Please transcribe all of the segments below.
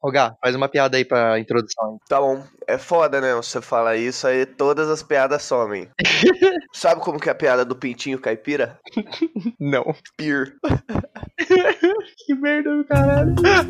Ô, Gá, faz uma piada aí pra introdução. Tá bom. É foda, né? Você fala isso, aí todas as piadas somem. Sabe como que é a piada do pintinho caipira? Não. Pir. Que merda do caralho.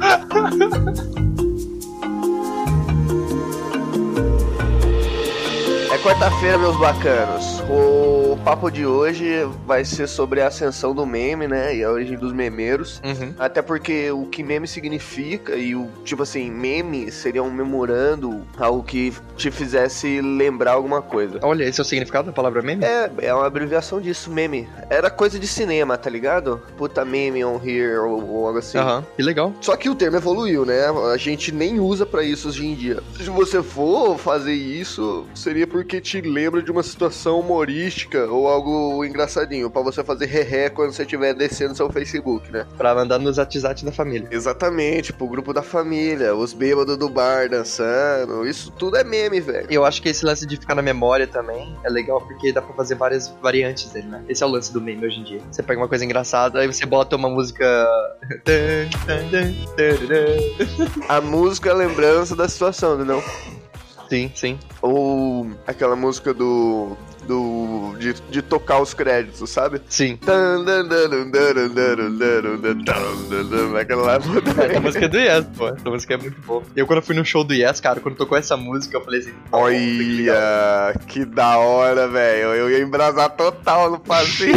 É quarta-feira, meus bacanos. O papo de hoje vai ser sobre a ascensão do meme, né? E a origem dos memeiros. Uhum. Até porque o que meme significa e o, tipo assim, meme seria um memorando, algo que te fizesse lembrar alguma coisa. Olha, esse é o significado da palavra meme? É uma abreviação disso, meme. Era coisa de cinema, tá ligado? Puta meme on here ou algo assim. Aham, que legal. Só que o termo evoluiu, né? A gente nem usa pra isso hoje em dia. Se você for fazer isso, seria porque te lembra de uma situação humorística ou algo engraçadinho, pra você fazer ré quando você estiver descendo seu Facebook, né? Pra mandar nos WhatsApp da família. Exatamente, pro grupo da família, os bêbados do bar dançando, isso tudo é meme, velho. Eu acho que esse lance de ficar na memória também é legal, porque dá pra fazer várias variantes dele, né? Esse é o lance do meme hoje em dia. Você pega uma coisa engraçada, aí você bota uma música... A música é a lembrança da situação, não? Sim, sim. Ou aquela música de tocar os créditos, sabe? Sim. Aquela lá. Essa música é do Yes, pô. Essa música é muito boa. Eu, quando fui no show do Yes, cara, quando tocou essa música, eu falei assim... Olha, que da hora, velho. Eu ia embrasar total no passeio.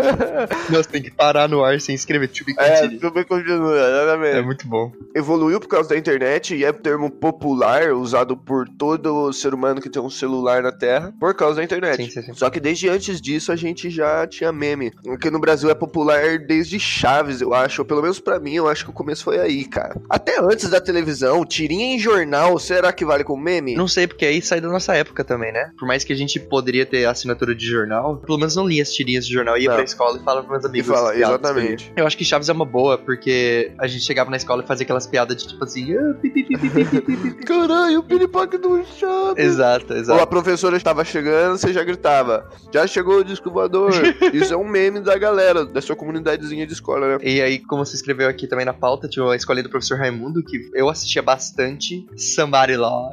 Nossa, tem que parar no ar sem escrever. To be É, continued. tudo bem continua, exatamente. É muito bom. Evoluiu por causa da internet e é termo popular usado por todo ser humano que tem um celular na Terra por causa da internet. Sim. Só que desde antes disso a gente já tinha meme. Aqui no Brasil é popular desde Chaves, eu acho. Ou pelo menos pra mim, eu acho que o começo foi aí, cara. Até antes da televisão, tirinha em jornal, será que vale como meme? Não sei, porque aí sai da nossa época também, né? Por mais que a gente poderia ter assinatura de jornal, pelo menos não lia as tirinhas de jornal, ia Não. pra escola e falava pros meus amigos. E fala, as piadas exatamente. que eu li. Eu acho que Chaves é uma boa, porque a gente chegava na escola e fazia aquelas piadas de tipo assim... pi, pi, pi, pi, pi, pi, pi, pi. Caralho, o piripaque do Chaves. Exato. Ou a professora estava chegando, você já gritava, já chegou o disco voador. Isso é um meme da galera, da sua comunidadezinha de escola, né? E aí, como você escreveu aqui também na pauta, tinha a escolinha do professor Raimundo, que eu assistia bastante. Somebody Love.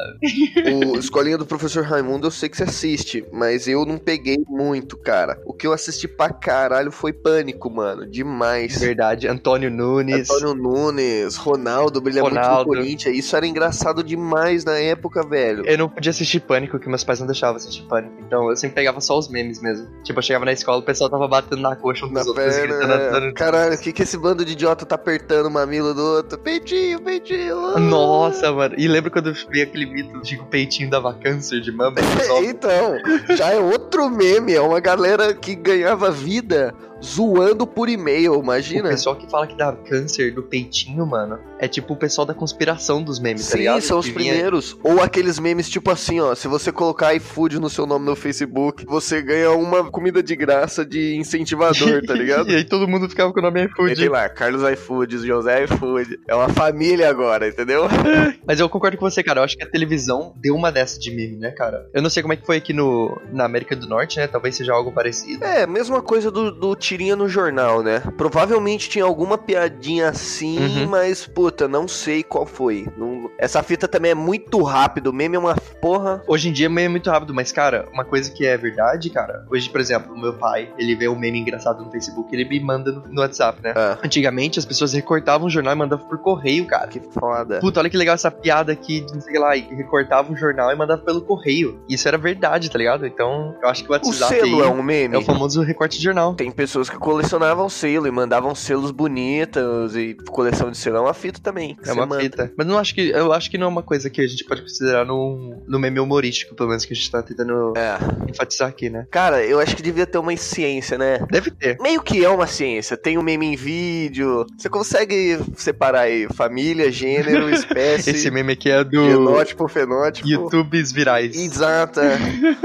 O Escolinha do Professor Raimundo eu sei que você assiste, mas eu não peguei muito, cara. O que eu assisti pra caralho foi Pânico, mano. Demais. Verdade. Antônio Nunes. Antônio Nunes, Ronaldo, brilha muito no Ronaldo. Corinthians. Isso era engraçado demais na época, velho. Eu não podia assistir Pânico, que meus pais não deixavam assistir Pânico. Então eu sempre pegava só os memes mesmo. Tipo, eu chegava na escola, o pessoal tava batendo na coxa um dos Na outros, perna, gritando, Antônio. Caralho, o que esse bando de idiota tá apertando o mamilo do outro? Peitinho, peitinho. Nossa, mano. E lembra quando eu vi aquele mito de que o peitinho dava câncer de mama? Então, já é outro meme, é uma galera que ganhava vida zoando por e-mail, O imagina? pessoal que fala que dá câncer do peitinho, mano, é tipo o pessoal da conspiração dos memes, tá Sim, ligado? são os Que vinha- primeiros. Ou aqueles memes tipo assim, ó, se você colocar iFood no seu nome no Facebook, você ganha uma comida de graça de incentivador, tá ligado? E aí todo mundo ficava com o nome E iFood. tem lá, Carlos iFood, José iFood. É uma família agora, entendeu? Mas eu concordo com você, cara. Eu acho que a televisão deu uma dessa de meme, né, cara? Eu não sei como é que foi aqui na América do Norte, né? Talvez seja algo parecido. É, mesma coisa do tirinha no jornal, né? Provavelmente tinha alguma piadinha assim, Uhum. mas, puta, não sei qual foi. Essa fita também é muito rápido, o meme é uma porra. Hoje em dia é muito rápido, mas, cara, uma coisa que é verdade, cara. Hoje, por exemplo, o meu pai, ele vê um meme engraçado no Facebook, ele me manda no WhatsApp, né? Ah, Antigamente, as pessoas recortavam o jornal e mandavam por correio, cara. que foda. Puta, olha que legal essa piada aqui, de não sei o que lá, e recortava um jornal e mandava pelo correio. Isso era verdade, tá ligado? Então, eu acho que o O WhatsApp selo aí é um meme? é o famoso recorte de jornal. Tem pessoas que colecionavam selo e mandavam selos bonitos, e coleção de selo é uma fita também. que É você uma manda. fita. Mas eu acho que não é uma coisa que a gente pode considerar no meme humorístico, pelo menos que a gente tá tentando É. enfatizar aqui, né? Cara, eu acho que devia ter uma ciência, né? Deve ter. Meio que é uma ciência. Tem o meme em vídeo. Você consegue separar aí família, gênero, espécie, Esse meme aqui é do genótipo, fenótipo. YouTubes virais. Exato, é.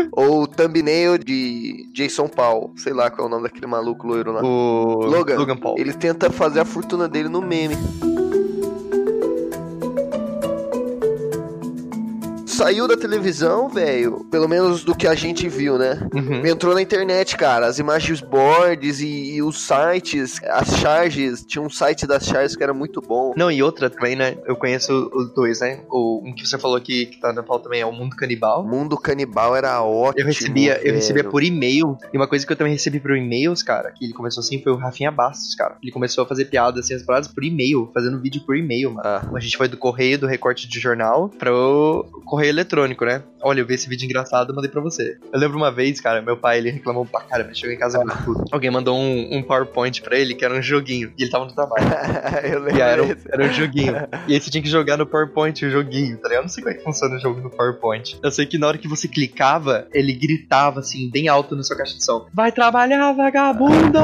Ou thumbnail de Jason Paul. Sei lá qual é o nome daquele maluco loiro lá. O Logan Paul. Ele tenta fazer a fortuna dele no meme. saiu da televisão, velho, pelo menos do que a gente viu, né? Entrou na internet, cara, as imagens boards e os sites, as charges, tinha um site das charges que era muito bom. Não, e outra também, né? Eu conheço os dois, né? Um que você falou que tá na pauta também é o Mundo Canibal. Mundo Canibal era ótimo. Eu recebia por e-mail. E uma coisa que eu também recebi por e-mails, cara, que ele começou assim, foi o Rafinha Bastos, cara. Ele começou a fazer piadas assim, as paradas por e-mail, fazendo vídeo por e-mail, mano. A gente foi do correio, do recorte de jornal, pro correio eletrônico, né? Olha, eu vi esse vídeo engraçado, mandei pra você. Eu lembro uma vez, cara, meu pai, ele reclamou pra caramba, chegou em casa com tudo. Alguém mandou um PowerPoint pra ele, que era um joguinho, e ele tava no trabalho. Eu lembro. E aí era um joguinho. E aí você tinha que jogar no PowerPoint o joguinho, tá ligado? Eu não sei como é que funciona o jogo no PowerPoint. Eu sei que na hora que você clicava, ele gritava assim, bem alto na sua caixa de som: vai trabalhar, vagabundo!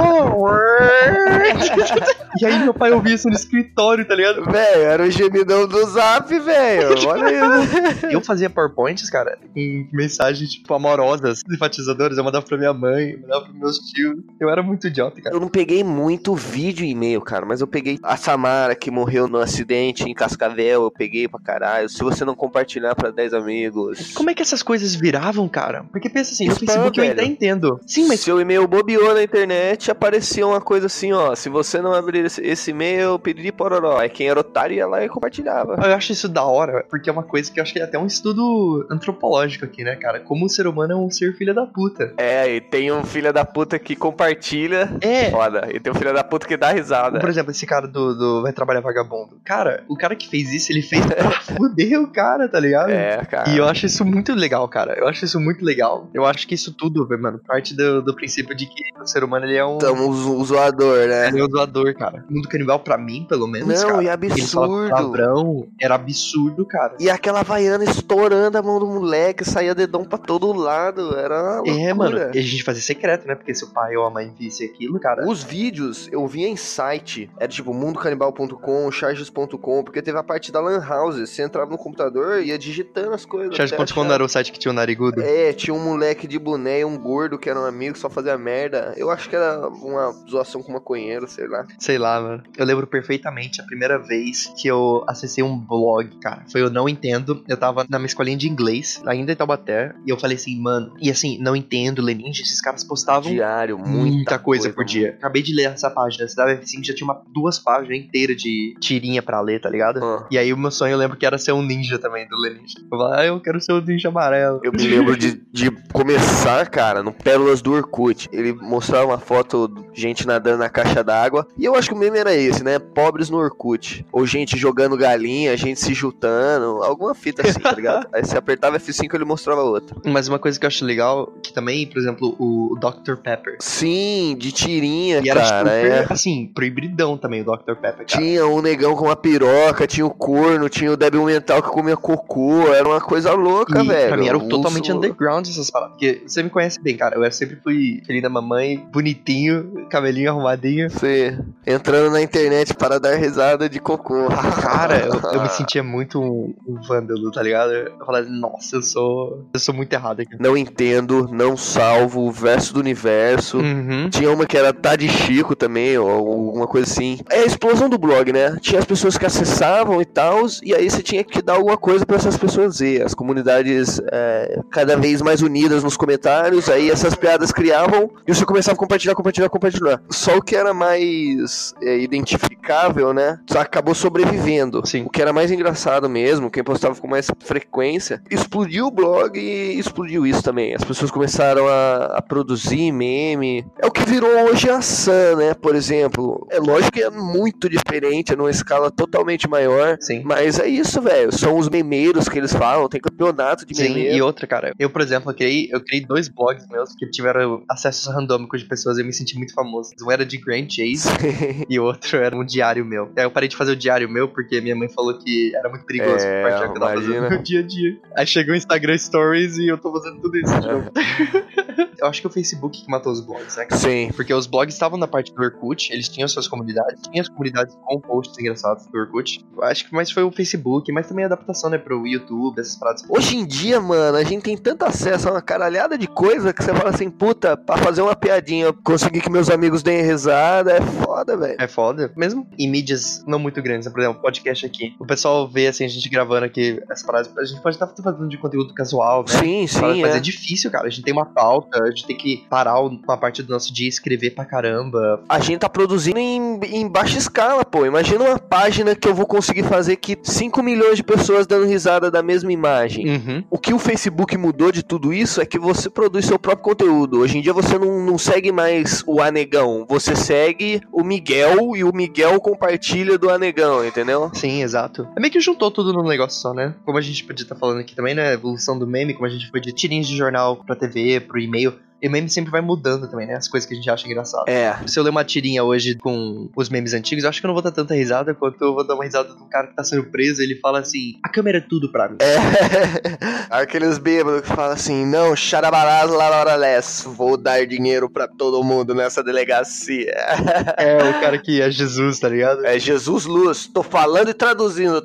E aí meu pai ouvia isso no escritório, tá ligado? Velho, era o gemidão do Zap, velho. Olha isso. Eu fazia PowerPoints, cara, com mensagens, tipo, amorosas, enfatizadoras. Eu mandava pra minha mãe, mandava pros meus tios. Eu era muito idiota, cara. Eu não peguei muito vídeo e e-mail, cara, mas eu peguei a Samara, que morreu no acidente em Cascavel. Eu peguei pra caralho. Se você não compartilhar pra 10 amigos. Como é que essas coisas viravam, cara? Porque pensa assim, no Spam, Facebook eu ainda velho. entendo. Sim, mas Seu e-mail bobeou na internet, aparecia uma coisa assim, ó. Se você não abrir esse e-mail, piriri pororó. Aí quem era otário ia lá e compartilhava. eu acho isso da hora, porque é uma coisa que eu acho que é até um estudo antropológico aqui, né, cara? Como o ser humano é um ser filho da puta. É, e tem um filho da puta que compartilha. É. Foda. E tem um filho da puta que dá risada. Por exemplo, esse cara do Vai Trabalhar Vagabundo. Cara, o cara que fez isso, ele fez pra fuder o cara, tá ligado? É, cara. E eu acho isso muito legal, cara. Eu acho isso muito legal. Eu acho que isso tudo, mano, parte do princípio de que o ser humano, ele é um... Então, um zoador, né? Ele é um doador, cara. O Mundo Canibal, pra mim, pelo menos, Não, cara, e ele fala absurdo. palavrão, era absurdo, cara. E aquela havaiana estourando a mão do moleque, saía dedão pra todo lado, era uma loucura. Mano, e a gente fazia secreto, né? Porque se o pai ou a mãe visse aquilo, cara... Os vídeos eu via em site, era tipo mundocanibal.com, charges.com, porque teve a parte da Lan House, você entrava no computador e ia digitando as coisas. Charge.com não era o site que tinha o narigudo? É, tinha um moleque de boné e um gordo que era um amigo, só fazia merda. Eu acho que era uma zoação com maconheiro, sei lá. Sei lá, mano. Eu lembro perfeitamente a primeira vez que eu acessei um blog, cara. Foi Eu Não Entendo. Eu tava na minha escolinha de inglês, ainda em Taubaté, e eu falei assim, mano... E assim, Não Entendo, Leninja, esses caras postavam... Diário, muita coisa por dia. Acabei de ler essa página, você dava F5, já tinha 2 páginas inteiras de tirinha pra ler, tá ligado? E aí o meu sonho, eu lembro que era ser um ninja também, do Leninja. Eu falava, eu quero ser um ninja amarelo. Eu me lembro de começar, cara, no Pérolas do Orkut. Ele mostrava uma foto de gente nadando na caixa d'água. E eu acho que o meme era esse, né? Pobres no Orkut. Ou gente jogando galinha, gente se jutando. Alguma fita assim, tá ligado? Aí você apertava F5 e ele mostrava outra. Mas uma coisa que eu acho legal, que também, por exemplo, o Dr. Pepper. Sim, de tirinha, E era cara. super, assim, proibidão também o Dr. Pepper, cara. Tinha um negão com uma piroca, tinha o corno, tinha o débil mental que comia cocô. Era uma coisa louca, E velho. pra mim era totalmente underground essas paradas. Porque você me conhece bem, cara. Eu sempre fui filho da mamãe, bonitinho, cabelinho arrumadinho. Você entrando na internet para dar risada de cocô. Cara, eu me sentia muito um vândalo, tá ligado? Eu falava, nossa, eu sou muito errado aqui. Não entendo, não salvo, verso do universo. Uhum. Tinha uma que era Tá de Chico também, ou alguma coisa assim. É a explosão do blog, né? Tinha as pessoas que acessavam e tal, e aí você tinha que dar alguma coisa pra essas pessoas ver. As comunidades cada vez mais unidas nos comentários, aí essas piadas criavam, e você começava a compartilhar. Só o que era mais identificável, né? Só acabou sobrevivendo. Sim. O que era mais engraçado mesmo, quem postava com mais frequência, explodiu o blog e explodiu isso também. As pessoas começaram a produzir meme. É o que virou hoje a Sam, né? Por exemplo. É lógico que é muito diferente, é numa escala totalmente maior. Sim. Mas é isso, velho. São os memeiros que eles falam, tem campeonato de memeiro. Sim, e outra, cara. Eu, por exemplo, eu criei 2 blogs meus que tiveram acessos randômicos de pessoas e eu me senti muito famoso. Um era de Grand Chase e o outro era um diário meu. Aí eu parei de fazer o diário meu porque minha mãe falou que era muito perigoso compartilhar o que eu tava fazendo no dia a dia. Aí chegou o Instagram Stories e eu tô fazendo tudo isso. eu acho que o Facebook que matou os blogs, né, cara? Sim. Porque os blogs estavam na parte do Orkut, eles tinham suas comunidades, tinha as comunidades com posts engraçados do Orkut. Eu acho que mais foi o Facebook, mas também a adaptação, né, pro YouTube, essas paradas. Hoje em dia, mano, a gente tem tanto acesso a uma caralhada de coisa que você fala assim, puta, pra fazer uma piadinha, eu consegui que meus amigos deem risada, é foda, velho. É foda. Mesmo em mídias não muito grandes, né? Por exemplo, podcast aqui. O pessoal vê, assim, a gente gravando aqui as paradas. A gente pode estar fazendo de conteúdo casual, né? Sim, sim, mas é difícil, cara. A gente tem uma pauta, a gente tem que parar uma parte do nosso dia e escrever pra caramba. A gente tá produzindo em baixa escala, pô. Imagina uma página que eu vou conseguir fazer que 5 milhões de pessoas dando risada da mesma imagem. Uhum. O que o Facebook mudou de tudo isso é que você produz seu próprio conteúdo. Hoje em dia você não segue mais o Anegão, você segue o Miguel e o Miguel compartilha do Anegão, entendeu? Sim, exato. É meio que juntou tudo num negócio só, né? Como a gente podia estar falando aqui também, né? A evolução do meme, como a gente foi de tirinhas de jornal pra TV, pro e-mail. E o meme sempre vai mudando também, né? As coisas que a gente acha engraçado. É. Se eu ler uma tirinha hoje com os memes antigos, eu acho que eu não vou dar tanta risada quanto eu vou dar uma risada de um cara que tá sendo preso e ele fala assim, a câmera é tudo pra mim. É. Aqueles bêbados que falam assim, não, xarabarás lararalés, vou dar dinheiro pra todo mundo nessa delegacia. É, o cara que é Jesus, tá ligado? É Jesus Luz, tô falando e traduzindo,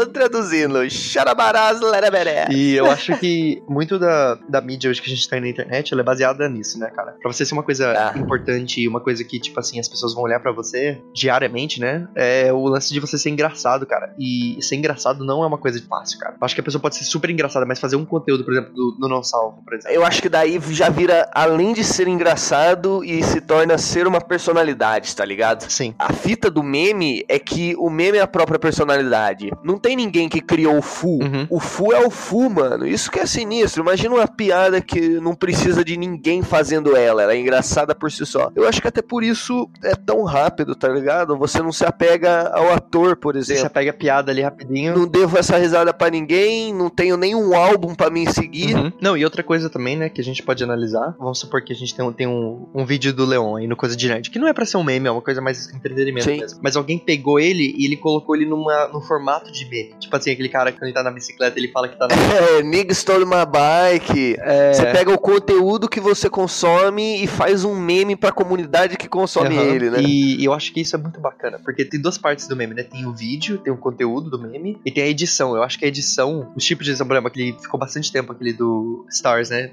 xarabarás laraberé. E eu acho que muito da mídia hoje que a gente tá aí na internet, ela é baseada nisso, né, cara? Pra você ser uma coisa importante e uma coisa que, tipo assim, as pessoas vão olhar pra você diariamente, né? É o lance de você ser engraçado, cara. E ser engraçado não é uma coisa fácil, cara. Eu acho que a pessoa pode ser super engraçada, mas fazer um conteúdo, por exemplo, do Não Salvo, por exemplo. Eu acho que daí já vira, além de ser engraçado, e se torna ser uma personalidade, tá ligado? Sim. A fita do meme é que o meme é a própria personalidade. Não tem ninguém que criou o Fu. Uhum. O Fu é o Fu, mano. Isso que é sinistro. Imagina uma piada que não precisa de ninguém fazendo ela é engraçada por si só. Eu acho que até por isso é tão rápido, tá ligado? Você não se apega ao ator, por exemplo. Você apega a piada ali rapidinho. Não devo essa risada pra ninguém, não tenho nenhum álbum pra mim seguir. Uhum. Não, e outra coisa também, né, que a gente pode analisar, vamos supor que a gente tem um vídeo do Leon aí no Coisa de Nerd, que não é pra ser um meme, é uma coisa mais entretenimento mesmo. Mas alguém pegou ele e ele colocou ele no formato de meme. Tipo assim, aquele cara que quando ele tá na bicicleta, ele fala que tá na... Nigga stole my bike. Você pega o conteúdo que você consome e faz um meme pra comunidade que consome ele, né? E eu acho que isso é muito bacana, porque tem duas partes do meme, né? Tem o vídeo, tem o conteúdo do meme, e tem a edição. Eu acho que a edição, os tipos de edição, por exemplo, aquele ficou bastante tempo, aquele do Stars, né?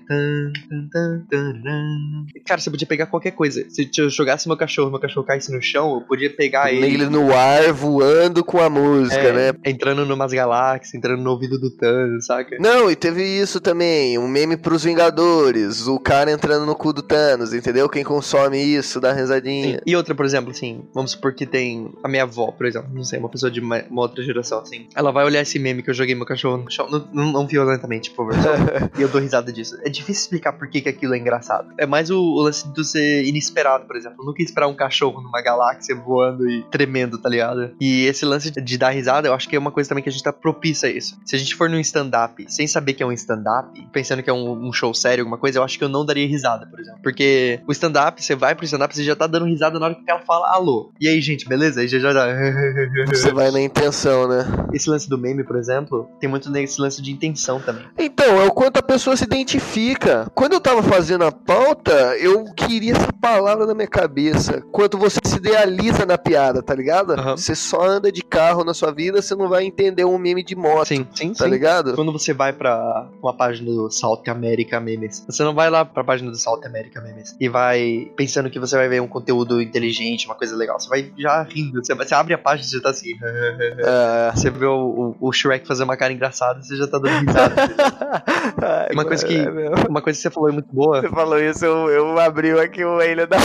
Cara, você podia pegar qualquer coisa. Se eu jogasse meu cachorro caísse no chão, eu podia pegar ele no ar, voando com a música, né? Entrando numas galáxias, entrando no ouvido do Thanos, saca? Não, e teve isso também, um meme pros Vingadores, o cara entrando no cu do Thanos, entendeu? Quem consome isso, dá risadinha. Sim. E outra, por exemplo, assim, vamos supor que tem a minha avó, por exemplo, não sei, uma pessoa de uma outra geração, assim, ela vai olhar esse meme que eu joguei meu cachorro no chão, não violentamente, por favor, e eu dou risada disso. É difícil explicar por que aquilo é engraçado. É mais o lance do ser inesperado, por exemplo. Eu nunca ia esperar um cachorro numa galáxia voando e tremendo, tá ligado? E esse lance de dar risada, eu acho que é uma coisa também que a gente tá propícia a isso. Se a gente for num stand-up, sem saber que é um stand-up, pensando que é um show sério, alguma coisa, eu acho que eu não daria risada, por exemplo. Porque o stand-up, você vai pro stand-up, você já tá dando risada na hora que ela fala alô. E aí, gente, beleza? Aí já dá... Você vai na intenção, né? Esse lance do meme, por exemplo, tem muito nesse lance de intenção também. Então, é o quanto a pessoa se identifica. Quando eu tava fazendo a pauta, eu queria essa palavra na minha cabeça. Quanto você se idealiza na piada, tá ligado? Uhum. Você só anda de carro na sua vida, você não vai entender um meme de moto. Sim, tá ligado? Quando você vai pra uma página do South America Memes, você não vai lá pra página do South America Memes e vai pensando que você vai ver um conteúdo inteligente, uma coisa legal. Você vai já rindo. Você abre a página e você tá assim. Você vê o Shrek fazer uma cara engraçada e você já tá dando risada. Uma coisa que você falou é muito boa. Você falou isso, eu abri aqui o Ilha da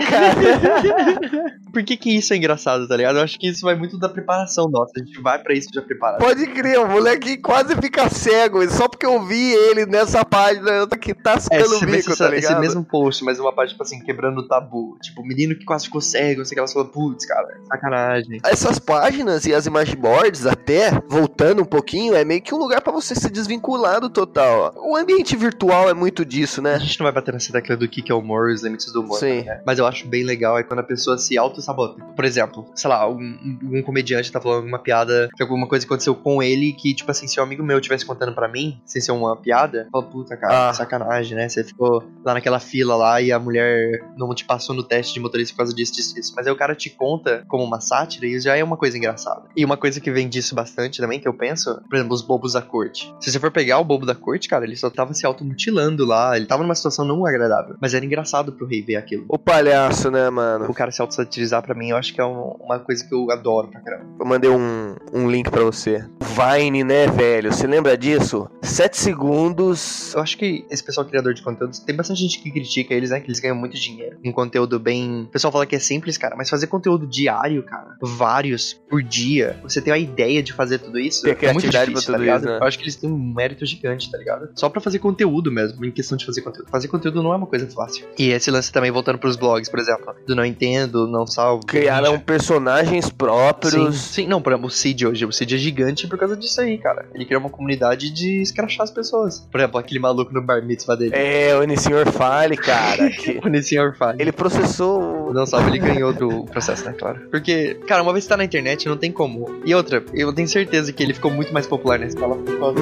cara. Por que isso é engraçado, tá ligado? Eu acho que isso vai muito da preparação nossa. A gente vai pra isso já preparado. Pode crer, o moleque quase fica cego. Só porque eu vi ele nessa página que tá pelo bico, tá ligado? Esse mesmo post, mas uma página, tipo assim, quebrando o tabu. Tipo, o menino que quase ficou cego, sei que elas falam, putz, cara, sacanagem. Essas páginas e as image boards, até, voltando um pouquinho, é meio que um lugar pra você se desvincular do total. O ambiente virtual é muito disso, né? A gente não vai bater nessa tecla do que é o humor e os limites do humor. Sim. Né? Mas eu acho bem legal é quando a pessoa se auto-sabota. Por exemplo, sei lá, um comediante tá falando alguma piada, que alguma coisa aconteceu com ele que, tipo assim, se um amigo meu tivesse contando pra mim, sem ser uma piada, fala, puta, cara, sacanagem, né? Você ficou lá naquela fila lá e a mulher não te passou no teste de motorista por causa disso. Mas aí o cara te conta como uma sátira e já é uma coisa engraçada. E uma coisa que vem disso bastante também, que eu penso, por exemplo, os bobos da corte. Se você for pegar o bobo da corte, cara, ele só tava se automutilando lá, ele tava numa situação não agradável, mas era engraçado pro rei ver aquilo. O palhaço, né, mano? O cara se autossatirizar pra mim, eu acho que é uma coisa que eu adoro pra caramba. Eu mandei um link pra você. Vine, né, velho? Você lembra disso? 7 segundos. Eu acho que esse pessoal criador de conteúdo, tem bastante gente que critica eles, né, que eles ganham muito dinheiro em conteúdo bem... O pessoal fala que é simples, cara, mas fazer conteúdo diário, cara, vários por dia, você tem a ideia de fazer tudo isso, é muito difícil, tá ligado? Isso, né? Eu acho que eles têm um mérito gigante, tá ligado? Só pra fazer conteúdo mesmo, em questão de fazer conteúdo. Fazer conteúdo não é uma coisa fácil. E esse lance também, voltando pros blogs, por exemplo, do Não Entendo, Não Salvo... Criaram personagens próprios. Sim, não, por exemplo, o Cid hoje, o Cid é gigante por causa disso aí, cara. Ele criou uma comunidade de escrachar as pessoas. Por exemplo, aquele maluco no bar mitzvah dele. É, o Nissin Orfale, cara. O Nissin Orfale. Ele processou... Não Salvo, ele ganhou do processo, né, claro. Porque, cara, uma vez que tá na internet, não tem como. E outra, eu tenho certeza que ele ficou muito mais popular na escola por causa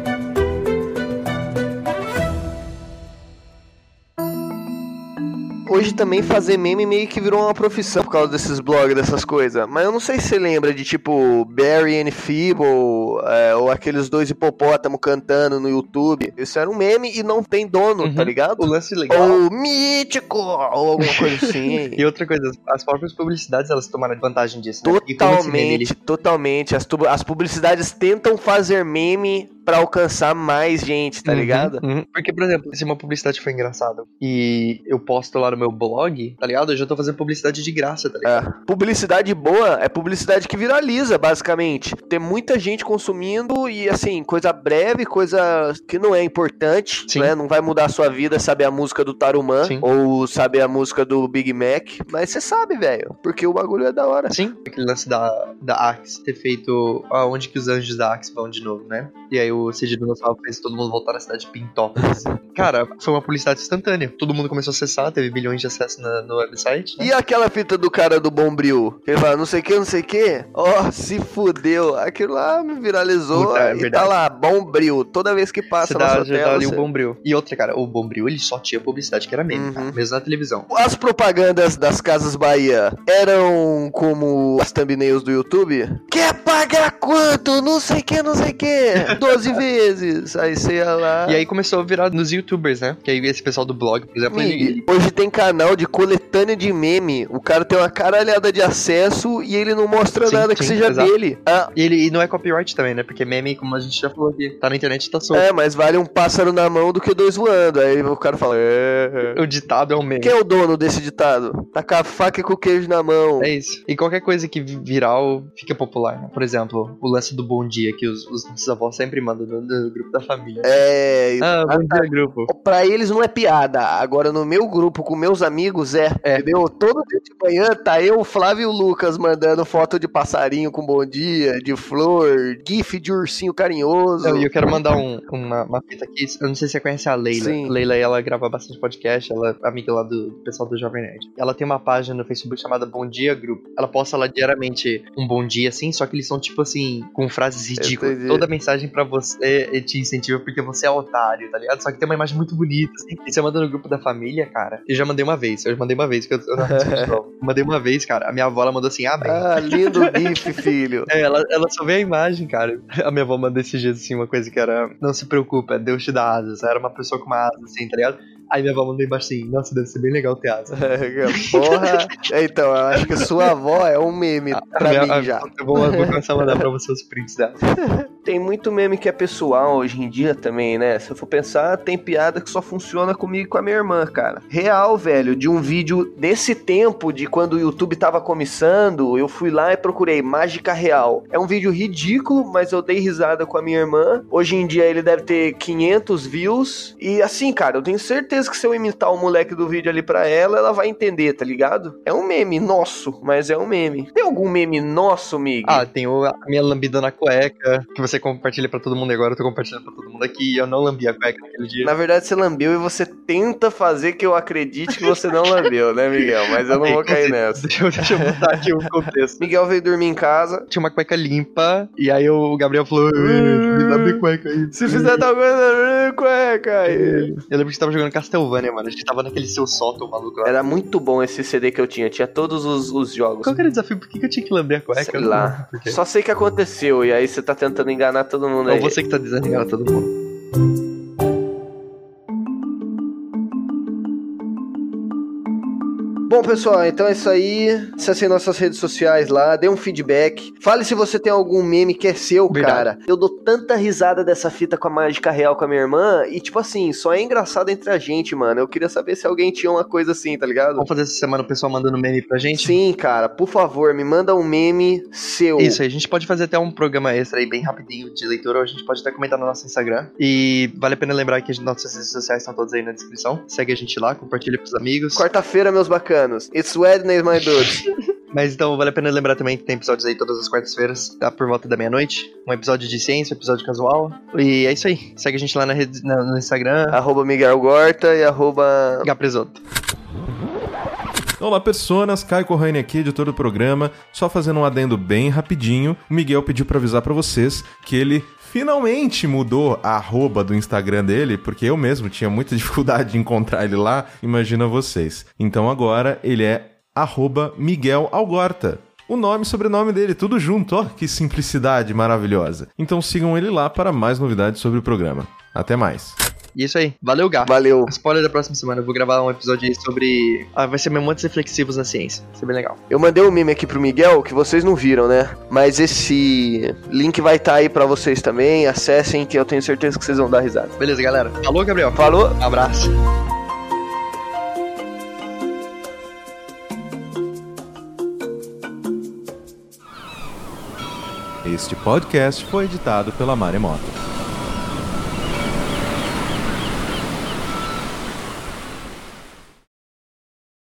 Hoje também fazer meme meio que virou uma profissão por causa desses blogs, dessas coisas. Mas eu não sei se você lembra de tipo Barry and Feeble, ou aqueles dois hipopótamos cantando no YouTube. Isso era um meme e não tem dono, tá ligado? O lance legal. Ou mítico, ou alguma coisa assim. E outra coisa, as próprias publicidades, elas tomaram vantagem disso, né? Totalmente. As publicidades tentam fazer meme pra alcançar mais gente, tá ligado? Porque, por exemplo, se uma publicidade for engraçada e eu posto lá no meu blog, tá ligado? Eu já tô fazendo publicidade de graça, tá ligado? Publicidade boa é publicidade que viraliza, basicamente. Tem muita gente consumindo e, assim, coisa breve, coisa que não é importante, né? Não vai mudar a sua vida saber a música do Tarumã ou saber a música do Big Mac, mas você sabe, velho, porque o bagulho é da hora. Sim, aquele lance da Axe ter feito Onde que os anjos da Axe vão de novo, né? E aí o Cid do Nossalvo fez todo mundo voltar na cidade de Pintópolis. Cara, foi uma publicidade instantânea. Todo mundo começou a acessar, teve bilhões de acessos no website. Né? E aquela fita do cara do Bombril? Ele fala, não sei o que. Ó, se fudeu. Aquilo lá me viralizou. Puta, e tá lá, Bombril. Toda vez que passa na sua tela. Ali o Bombril. E outra, cara, o Bombril, ele só tinha publicidade que era meme, cara, mesmo na televisão. As propagandas das Casas Bahia eram como as thumbnails do YouTube? Quer pagar quanto? Não sei o que. 12 vezes. Aí você ia lá. E aí começou a virar nos youtubers, né? Que aí esse pessoal do blog, por exemplo, hoje tem canal de coletânea de meme. O cara tem uma caralhada de acesso e ele não mostra nada que seja dele. E não é copyright também, né? Porque meme, como a gente já falou aqui, tá na internet e tá solto. Mas vale um pássaro na mão do que 2 voando. Aí o cara fala... O ditado é um meme. Quem é o dono desse ditado? Tá com a faca e com o queijo na mão. É isso. E qualquer coisa que viral fica popular, né? Por exemplo, o lance do bom dia que os nossos avós sempre mandam no grupo da família. Bom dia, grupo. Pra eles não é piada. Agora no meu grupo, com meus amigos, entendeu? Todo dia de manhã tá eu, o Flávio e o Lucas mandando foto de passarinho com bom dia, de flor, gif de ursinho carinhoso. E eu quero mandar uma fita aqui. Eu não sei se você conhece a Leila. Sim. Leila, ela grava bastante podcast, ela é amiga lá do pessoal do Jovem Nerd. Ela tem uma página no Facebook chamada Bom Dia Grupo. Ela posta lá diariamente um bom dia, assim, só que eles são tipo assim, com frases ridículas. Toda mensagem pra você te incentiva porque você é otário, tá ligado? Só que tem uma imagem muito bonita, assim. E você manda no grupo da família, cara. Eu já mandei uma vez, que eu não mandei uma vez, cara. A minha avó, ela mandou assim, bem. Lindo gif, filho. Ela só vê a imagem, cara. A minha avó mandou esses dias, assim, uma coisa que era, não se preocupa, Deus te dá asas. Era uma pessoa com uma asa, assim, tá ligado? Aí minha avó mandou embaixo assim, nossa, deve ser bem legal ter asa. Porra! Então, eu acho que sua avó é um meme pra mim já. Eu vou começar a mandar pra você os prints dela. Tem muito meme que é pessoal hoje em dia também, né? Se eu for pensar, tem piada que só funciona comigo e com a minha irmã, cara. Real, velho, de um vídeo desse tempo, de quando o YouTube tava começando, eu fui lá e procurei Mágica Real. É um vídeo ridículo, mas eu dei risada com a minha irmã. Hoje em dia ele deve ter 500 views. E assim, cara, eu tenho certeza certeza que se eu imitar o moleque do vídeo ali pra ela, ela vai entender, tá ligado? É um meme nosso, mas é um meme. Tem algum meme nosso, Mig? Ah, tem a minha lambida na cueca, que você compartilha pra todo mundo agora, eu tô compartilhando pra todo mundo aqui, e eu não lambi a cueca naquele dia. Na verdade, você lambeu e você tenta fazer que eu acredite que você não lambeu, né, Miguel? Mas eu não vou cair nessa. Deixa eu botar aqui o contexto. Miguel veio dormir em casa. Tinha uma cueca limpa, e aí o Gabriel falou, me lambe cueca aí. Se fizer tal coisa, cueca aí. Eu lembro que você tava jogando Castlevania, mano, a gente tava naquele seu sótão maluco lá. Era muito bom esse CD que eu tinha todos os jogos. Qual que era o desafio? Por que eu tinha que lamber a cueca? Sei lá. Só sei que aconteceu, e aí você tá tentando enganar todo mundo aí. Ou você que tá dizendo enganar todo mundo. Bom, pessoal, então é isso aí. Acessem nossas redes sociais lá, dê um feedback. Fale se você tem algum meme que é seu, verdade, cara. Eu dou tanta risada dessa fita com a mágica real com a minha irmã e, tipo assim, só é engraçado entre a gente, mano. Eu queria saber se alguém tinha uma coisa assim, tá ligado? Vamos fazer essa semana o pessoal mandando meme pra gente? Sim, cara, por favor, me manda um meme seu. Isso aí, a gente pode fazer até um programa extra aí, bem rapidinho, de leitura, ou a gente pode até comentar no nosso Instagram. E vale a pena lembrar que nossas redes sociais estão todas aí na descrição. Segue a gente lá, compartilha pros amigos. Quarta-feira, meus bacanas. It's Wednesday, my dudes. Mas então vale a pena lembrar também que tem episódios aí todas as quartas-feiras, tá por volta da meia-noite. Um episódio de ciência, um episódio casual. E é isso aí. Segue a gente lá no Instagram. @Miguel Gorta e @Gapresoto. Olá, personas, Caio Corraine aqui, editor do programa. Só fazendo um adendo bem rapidinho, o Miguel pediu pra avisar pra vocês que ele finalmente mudou a arroba do Instagram dele, porque eu mesmo tinha muita dificuldade de encontrar ele lá, imagina vocês. Então agora ele é @Miguel Algorta. O nome e sobrenome dele, tudo junto, ó, que simplicidade maravilhosa. Então sigam ele lá para mais novidades sobre o programa. Até mais. E isso aí. Valeu, Gá. Valeu. Spoiler da próxima semana. Eu vou gravar um episódio aí sobre... vai ser momentos reflexivos na ciência. Vai ser bem legal. Eu mandei um meme aqui pro Miguel, que vocês não viram, né? Mas esse link vai estar aí pra vocês também. Acessem, que eu tenho certeza que vocês vão dar risada. Beleza, galera. Falou, Gabriel. Falou. Um abraço. Este podcast foi editado pela Maremoto.